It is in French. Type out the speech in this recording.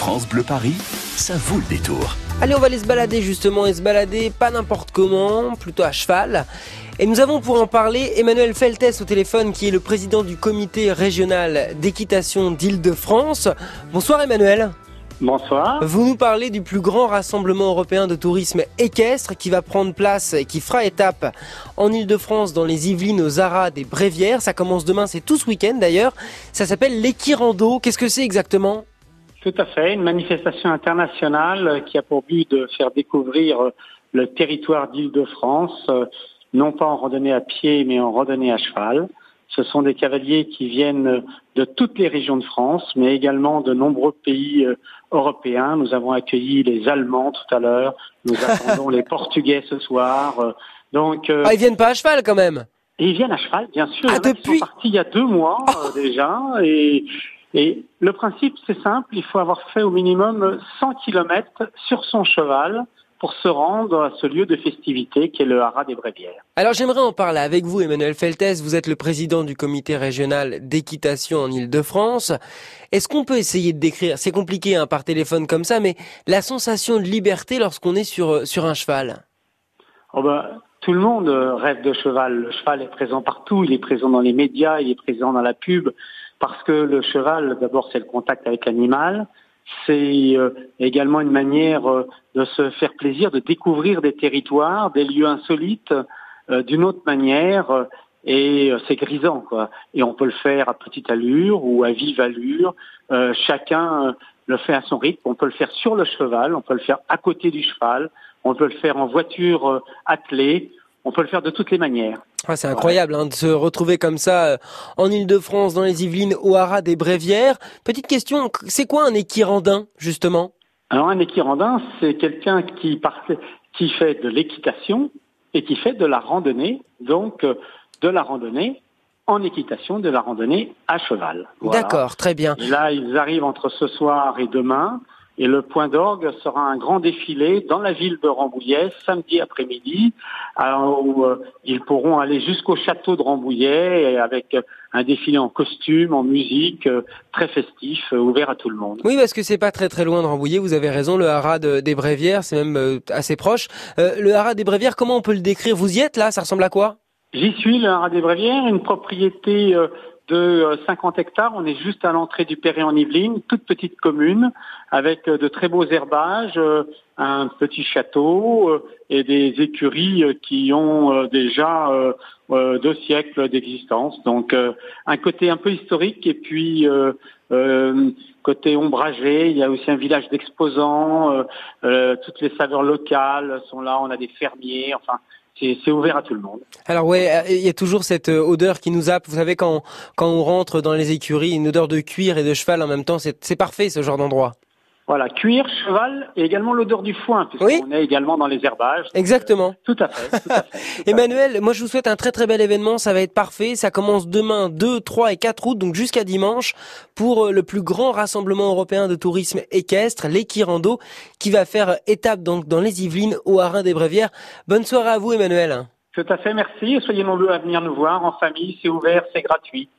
France Bleu Paris, ça vaut le détour. Allez, on va aller se balader justement, et se balader pas n'importe comment, plutôt à cheval. Et nous avons pour en parler Emmanuel Feltès au téléphone, qui est le président du comité régional d'équitation d'Île-de-France. Bonsoir Emmanuel. Bonsoir. Vous nous parlez du plus grand rassemblement européen de tourisme équestre qui va prendre place et qui fera étape en Île-de-France, dans les Yvelines, aux Haras des Brévières. Ça commence demain, c'est tout ce week-end d'ailleurs. Ça s'appelle l'Equirando. Qu'est-ce que c'est exactement ? Tout à fait, une manifestation internationale qui a pour but de faire découvrir le territoire d'Île-de-France, non pas en randonnée à pied, mais en randonnée à cheval. Ce sont des cavaliers qui viennent de toutes les régions de France, mais également de nombreux pays européens. Nous avons accueilli les Allemands tout à l'heure, nous attendons les Portugais ce soir. Ils viennent pas à cheval quand même. Et ils viennent à cheval, bien sûr. Depuis... Ils sont partis il y a 2 mois déjà. Et le principe, c'est simple, il faut avoir fait au minimum 100 km sur son cheval pour se rendre à ce lieu de festivité qui est le Haras des Brévières. Alors j'aimerais en parler avec vous, Emmanuel Feltès. Vous êtes le président du comité régional d'équitation en Île-de-France. Est-ce qu'on peut essayer de décrire, c'est compliqué par téléphone comme ça, mais la sensation de liberté lorsqu'on est sur un cheval? Tout le monde rêve de cheval. Le cheval est présent partout, il est présent dans les médias, il est présent dans la pub, parce que le cheval, d'abord, c'est le contact avec l'animal. C'est également une manière de se faire plaisir, de découvrir des territoires, des lieux insolites d'une autre manière. Et c'est grisant, quoi. Et on peut le faire à petite allure ou à vive allure. Chacun le fait à son rythme. On peut le faire sur le cheval, on peut le faire à côté du cheval, on peut le faire en voiture attelée. On peut le faire de toutes les manières. C'est incroyable de se retrouver comme ça en Île-de-France, dans les Yvelines, au Haras des Brévières. Petite question, c'est quoi un équirandin, justement ? Alors un équirandin, c'est quelqu'un qui fait de l'équitation et qui fait de la randonnée, donc de la randonnée en équitation, de la randonnée à cheval. Voilà. D'accord, très bien. Et là, ils arrivent entre ce soir et demain. Et le point d'orgue sera un grand défilé dans la ville de Rambouillet, samedi après-midi, où ils pourront aller jusqu'au château de Rambouillet avec un défilé en costume, en musique, très festif, ouvert à tout le monde. Oui, parce que c'est pas très très loin de Rambouillet, vous avez raison, le Haras des Brévières, c'est même assez proche. Le Haras des Brévières, comment on peut le décrire ? Vous y êtes là ? Ça ressemble à quoi ? J'y suis, le Haras des Brévières, une propriété de 50 hectares. On est juste à l'entrée du Perret-en-Yvelines, toute petite commune, avec de très beaux herbages, un petit château et des écuries qui ont déjà 2 siècles d'existence. Donc un côté un peu historique et puis côté ombragé. Il y a aussi un village d'exposants. Toutes les saveurs locales sont là. On a des fermiers. Enfin, c'est ouvert à tout le monde. Alors il y a toujours cette odeur qui nous happe. Vous savez, quand on rentre dans les écuries, une odeur de cuir et de cheval en même temps, c'est parfait ce genre d'endroit. Voilà, cuir, cheval et également l'odeur du foin, puisqu'on est également dans les herbages. Exactement. Tout à fait. Emmanuel, moi je vous souhaite un très très bel événement, ça va être parfait. Ça commence demain, 2, 3 et 4 août, donc jusqu'à dimanche, pour le plus grand rassemblement européen de tourisme équestre, l'Equirando, qui va faire étape donc dans les Yvelines, au Haras des Brévières. Bonne soirée à vous Emmanuel. Tout à fait, merci. Soyez nombreux à venir nous voir en famille, c'est ouvert, c'est gratuit.